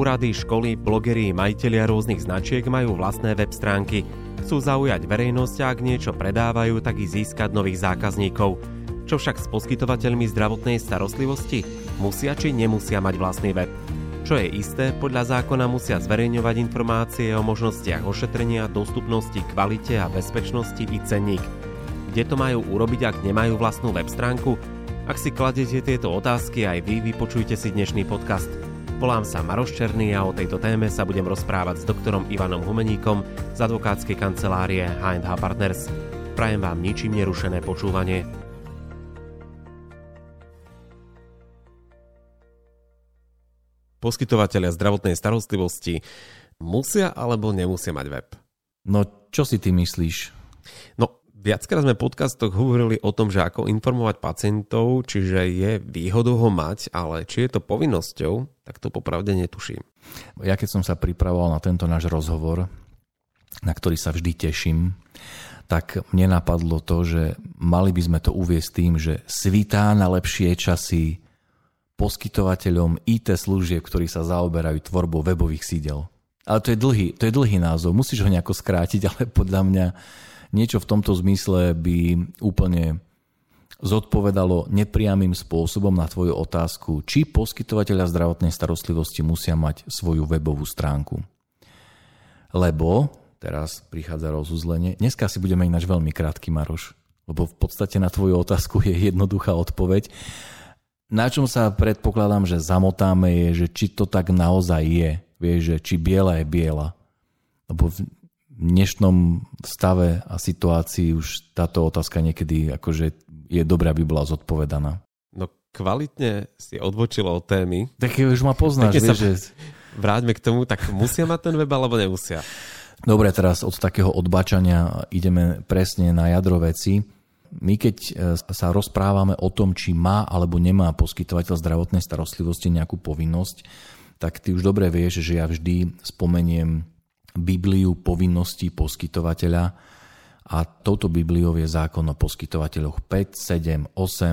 Úrady, školy, blogeri, majitelia rôznych značiek majú vlastné web stránky. Chcú zaujať verejnosť a ak niečo predávajú, tak i získať nových zákazníkov. Čo však s poskytovateľmi zdravotnej starostlivosti? Musia či nemusia mať vlastný web? Čo je isté, podľa zákona musia zverejňovať informácie o možnostiach ošetrenia, dostupnosti, kvalite a bezpečnosti i cenník. Kde to majú urobiť, ak nemajú vlastnú web stránku? Ak si kladete tieto otázky aj vy, vypočujte si dnešný podcast. Volám sa Maroš Černý a o tejto téme sa budem rozprávať s doktorom Ivanom Humeníkom z advokátskej kancelárie H&H Partners. Prajem vám ničím nerušené počúvanie. Poskytovatelia zdravotnej starostlivosti musia alebo nemusia mať web? No, čo si ty myslíš? No, viackrát sme v podcastoch hovorili o tom, že ako informovať pacientov, čiže je výhodou ho mať, ale či je to povinnosťou, tak to popravde netuším. Ja keď som sa pripravoval na tento náš rozhovor, na ktorý sa vždy teším, tak mne napadlo to, že mali by sme to uviesť tým, že svitá na lepšie časy poskytovateľom IT služieb, ktorí sa zaoberajú tvorbou webových sídel. Ale to je dlhý názov, musíš ho nejako skrátiť, ale podľa mňa niečo v tomto zmysle by úplne zodpovedalo nepriamym spôsobom na tvoju otázku, či poskytovateľia zdravotnej starostlivosti musia mať svoju webovú stránku. Lebo, teraz prichádza rozuzlenie, dneska si budeme ináč veľmi krátky, Maroš, lebo v podstate na tvoju otázku je jednoduchá odpoveď. Na čom sa predpokladám, že zamotáme je, že či to tak naozaj je. Vieš, že či biela je biela. Lebo v dnešnom stave a situácii už táto otázka niekedy akože je dobré, aby bola zodpovedaná. No kvalitne si odbočilo od témy. Tak už ma poznáš, vieš, že... Vráťme k tomu, tak musia mať ten web alebo nemusia? Dobre, teraz od takého odbačania ideme presne na jadro veci. My keď sa rozprávame o tom, či má alebo nemá poskytovateľ zdravotnej starostlivosti nejakú povinnosť, tak ty už dobre vieš, že ja vždy spomeniem Bibliu povinností poskytovateľa a touto Bibliou je zákon o poskytovateľoch 5, 7, 8,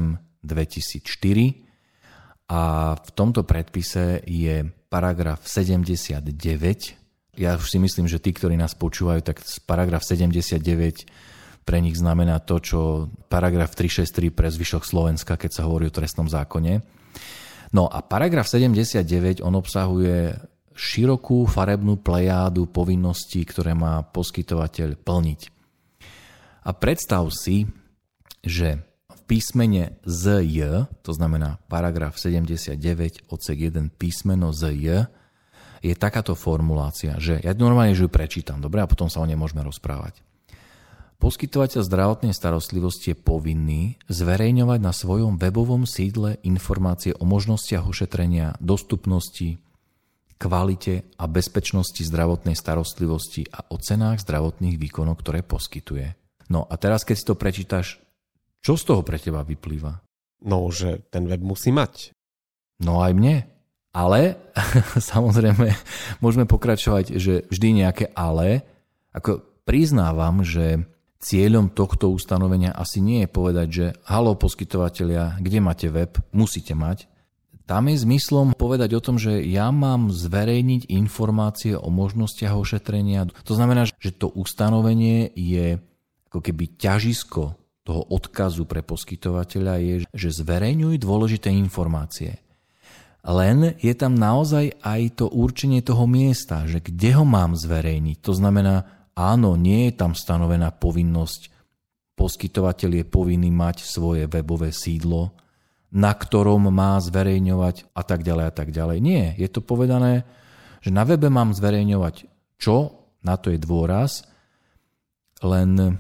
2004 a v tomto predpise je paragraf 79. Ja už si myslím, že tí, ktorí nás počúvajú, tak paragraf 79 pre nich znamená to, čo paragraf 363 pre zvyšok Slovenska, keď sa hovorí o trestnom zákone. No a paragraf 79, on obsahuje širokú farebnú plejádu povinností, ktoré má poskytovateľ plniť. A predstav si, že v písmene ZJ, to znamená paragraf 79 odsek 1 písmeno ZJ, je takáto formulácia, že ja normálne ju prečítam, dobre, a potom sa o nej môžeme rozprávať. Poskytovateľ zdravotnej starostlivosti je povinný zverejňovať na svojom webovom sídle informácie o možnostiach ošetrenia, dostupnosti, kvalite a bezpečnosti zdravotnej starostlivosti a o cenách zdravotných výkonov, ktoré poskytuje. No a teraz, keď si to prečítaš, čo z toho pre teba vyplýva? No, že ten web musí mať. No aj mne. Ale, samozrejme, môžeme pokračovať, že vždy nejaké ale. Ako priznávam, že cieľom tohto ustanovenia asi nie je povedať, že haló poskytovatelia, kde máte web, musíte mať. Tam je zmyslom povedať o tom, že ja mám zverejniť informácie o možnostiach ošetrenia. To znamená, že to ustanovenie je ako keby ťažisko toho odkazu pre poskytovateľa je, že zverejňuj dôležité informácie. Len je tam naozaj aj to určenie toho miesta, že kde ho mám zverejniť. To znamená, áno, nie je tam stanovená povinnosť. Poskytovateľ je povinný mať svoje webové sídlo, na ktorom má zverejňovať a tak ďalej a tak ďalej. Nie, je to povedané, že na webe mám zverejňovať čo, na to je dôraz, len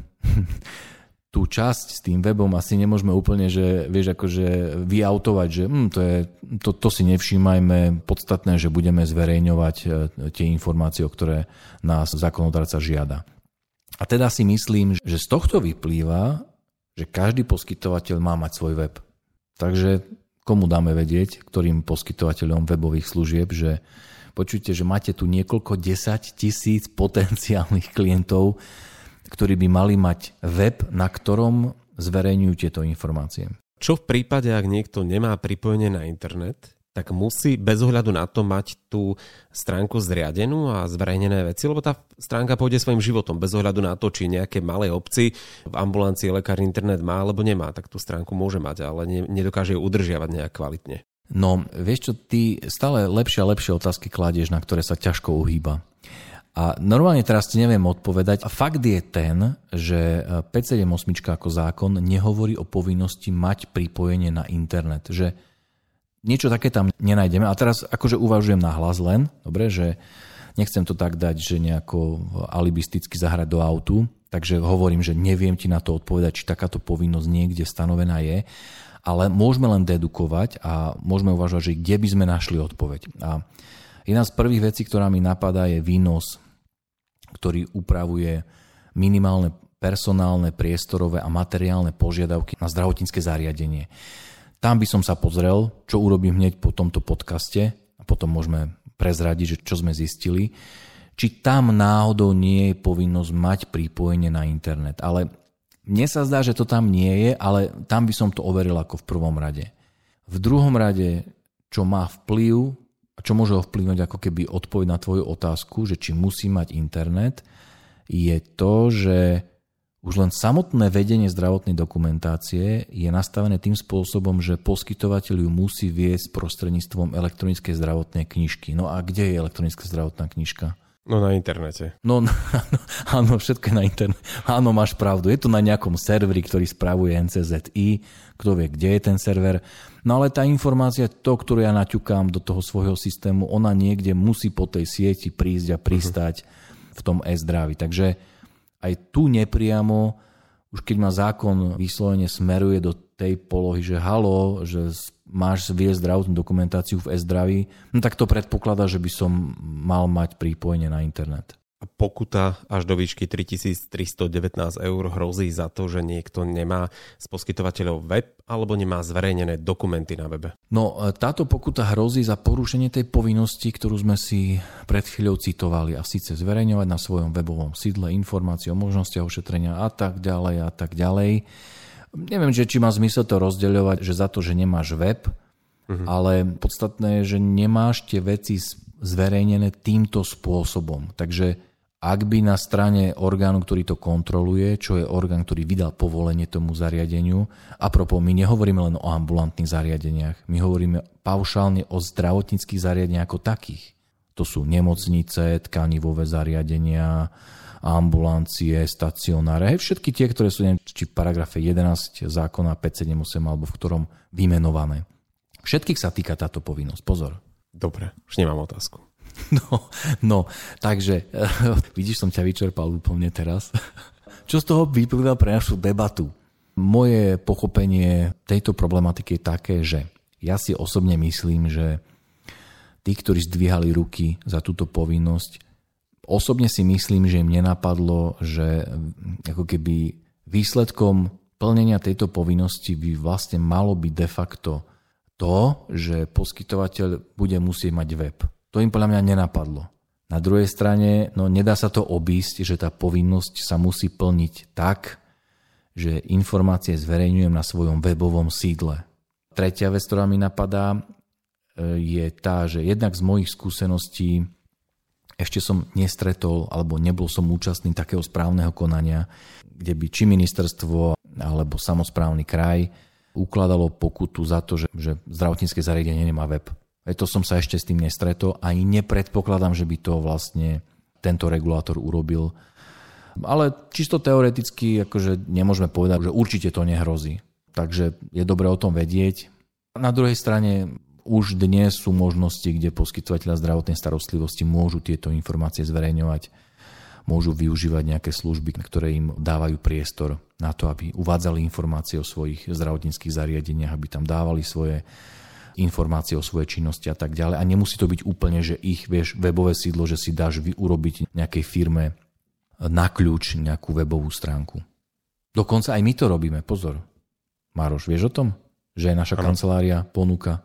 tú časť s tým webom asi nemôžeme úplne, že vieš, akože vyautovať, že to si nevšímajme, podstatné, že budeme zverejňovať tie informácie, o ktoré nás zákonodarca žiada. A teda si myslím, že z tohto vyplýva, že každý poskytovateľ má mať svoj web. Takže komu dáme vedieť, ktorým poskytovateľom webových služieb, že počujte, že máte tu niekoľko 10 000 potenciálnych klientov, ktorí by mali mať web, na ktorom zverejňujú tieto informácie. Čo v prípade, ak niekto nemá pripojenie na internet, tak musí bez ohľadu na to mať tú stránku zriadenú a zverejnené veci, lebo tá stránka pôjde svojim životom bez ohľadu na to, či nejaké malej obci v ambulancii lekár internet má alebo nemá, tak tú stránku môže mať, ale nedokáže ju udržiavať nejak kvalitne. No, vieš čo, ty stále lepšie a lepšie otázky kladieš, na ktoré sa ťažko uhýba. A normálne teraz ti neviem odpovedať. A fakt je ten, že 578 ako zákon nehovorí o povinnosti mať pripojenie na internet, že niečo také tam nenájdeme. A teraz akože uvažujem nahlas len, dobre, že nechcem to tak dať, že nejako alibisticky zahrať do autu, takže hovorím, že neviem ti na to odpovedať, či takáto povinnosť niekde stanovená je, ale môžeme len dedukovať a môžeme uvažovať, že kde by sme našli odpoveď. A jedna z prvých vecí, ktorá mi napadá, je výnos, ktorý upravuje minimálne personálne, priestorové a materiálne požiadavky na zdravotnícke zariadenie. Tam by som sa pozrel, čo urobím hneď po tomto podcaste a potom môžeme prezradiť, že čo sme zistili, či tam náhodou nie je povinnosť mať pripojenie na internet. Ale mne sa zdá, že to tam nie je, ale tam by som to overil ako v prvom rade. V druhom rade, čo má vplyv, a čo môže ovplyvnúť ako keby odpoveď na tvoju otázku, že či musí mať internet, je to, že už len samotné vedenie zdravotnej dokumentácie je nastavené tým spôsobom, že poskytovateľ ju musí viesť prostredníctvom elektronickej zdravotnej knižky. No a kde je elektronická zdravotná knižka? No na internete. No áno, všetko je na internete. Áno, máš pravdu. Je to na nejakom serveri, ktorý spravuje NCZI. Kto vie, kde je ten server. No ale tá informácia, to, ktorú ja naťukám do toho svojho systému, ona niekde musí po tej sieti prísť a pristať v tom e-zdraví. Takže aj tu nepriamo, už keď ma zákon vyslovene smeruje do tej polohy, že halo, že máš viesť zdravotnú dokumentáciu v e-zdraví, no tak to predpokladá, že by som mal mať pripojenie na internet. A pokuta až do výšky 3319 eur hrozí za to, že niekto nemá z poskytovateľov web alebo nemá zverejnené dokumenty na webe. No, táto pokuta hrozí za porušenie tej povinnosti, ktorú sme si pred chvíľou citovali, a síce zverejňovať na svojom webovom sídle informácie o možnostiach ošetrenia a tak ďalej a tak ďalej. Neviem, či má zmysel to rozdeľovať, že za to, že nemáš web, ale podstatné je, že nemáš tie veci zverejnené týmto spôsobom. Takže ak by na strane orgánu, ktorý to kontroluje, čo je orgán, ktorý vydal povolenie tomu zariadeniu, a propos, my nehovoríme len o ambulantných zariadeniach, my hovoríme paušálne o zdravotníckych zariadeniach ako takých. To sú nemocnice, tkanivové zariadenia, ambulancie, stacionáre, všetky tie, ktoré sú či v paragrafe 11 zákona 578 alebo v ktorom vymenované. Všetkých sa týka táto povinnosť. Pozor. Dobre, už nemám otázku. No, takže vidíš, som ťa vyčerpal úplne teraz. Čo z toho vyplýva pre našu debatu? Moje pochopenie tejto problematiky je také, že ja si osobne myslím, že tí, ktorí zdvíhali ruky za túto povinnosť, osobne si myslím, že im nenapadlo, že ako keby výsledkom plnenia tejto povinnosti by vlastne malo byť de facto to, že poskytovateľ bude musieť mať web. To im podľa mňa nenapadlo. Na druhej strane, no nedá sa to obísť, že tá povinnosť sa musí plniť tak, že informácie zverejňujem na svojom webovom sídle. Tretia vec, ktorá mi napadá, je tá, že jednak z mojich skúseností ešte som nestretol, alebo nebol som účastný takého správneho konania, kde by či ministerstvo, alebo samosprávny kraj ukladalo pokutu za to, že zdravotnícke zariadenie nemá web. To som sa ešte s tým nestretol a ani nepredpokladám, že by to vlastne tento regulátor urobil. Ale čisto teoreticky akože nemôžeme povedať, že určite to nehrozí. Takže je dobre o tom vedieť. Na druhej strane už dnes sú možnosti, kde poskytovateľia zdravotnej starostlivosti môžu tieto informácie zverejňovať, môžu využívať nejaké služby, ktoré im dávajú priestor na to, aby uvádzali informácie o svojich zdravotníckych zariadeniach, aby tam dávali svoje informácie o svojej činnosti a tak ďalej. A nemusí to byť úplne, že ich, vieš, webové sídlo, že si dáš urobiť nejakej firme na kľúč nejakú webovú stránku. Dokonca aj my to robíme, pozor. Maroš, vieš o tom? Že aj naša kancelária ponúka.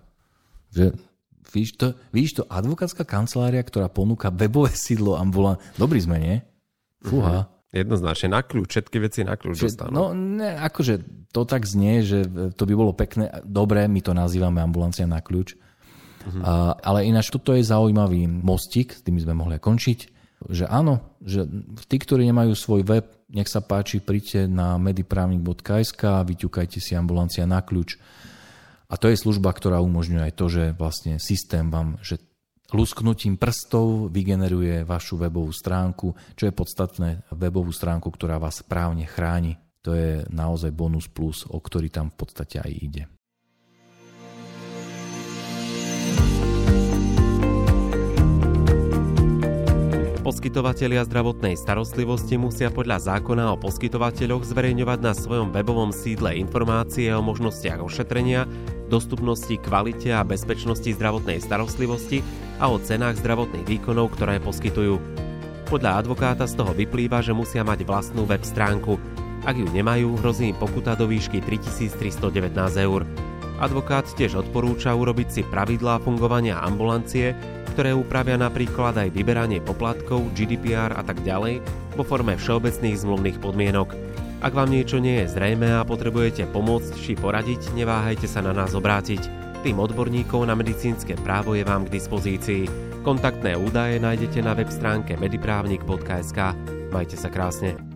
Vidíš to, advokátska kancelária, ktorá ponúka webové sídlo ambulant. Dobrý sme, nie? Fúha. Jednoznačne na kľúč, všetky veci na kľúč dostanú. No, ne, akože to tak znie, že to by bolo pekné. Dobre, my to nazývame ambulancia na kľúč. Ale ináč toto je zaujímavý mostík, s tým sme mohli končiť, že áno, že tí, ktorí nemajú svoj web, nech sa páči, príďte na mediprávnik.sk a vyťukajte si ambulancia na kľúč. A to je služba, ktorá umožňuje aj to, že vlastne systém vám, že lusknutím prstov vygeneruje vašu webovú stránku, čo je podstatné, webovú stránku, ktorá vás správne chráni. To je naozaj bonus plus, o ktorý tam v podstate aj ide. Poskytovatelia zdravotnej starostlivosti musia podľa zákona o poskytovateľoch zverejňovať na svojom webovom sídle informácie o možnostiach ošetrenia, dostupnosti, kvalite a bezpečnosti zdravotnej starostlivosti a o cenách zdravotných výkonov, ktoré poskytujú. Podľa advokáta z toho vyplýva, že musia mať vlastnú web stránku. Ak ju nemajú, hrozí im pokuta do výšky 3319 eur. Advokát tiež odporúča urobiť si pravidlá fungovania ambulancie, ktoré upravia napríklad aj vyberanie poplatkov, GDPR a tak ďalej vo forme všeobecných zmluvných podmienok. Ak vám niečo nie je zrejmé a potrebujete pomôcť či poradiť, neváhajte sa na nás obrátiť. Tým odborníkov na medicínske právo je vám k dispozícii. Kontaktné údaje nájdete na web stránke mediprávnik.sk. Majte sa krásne.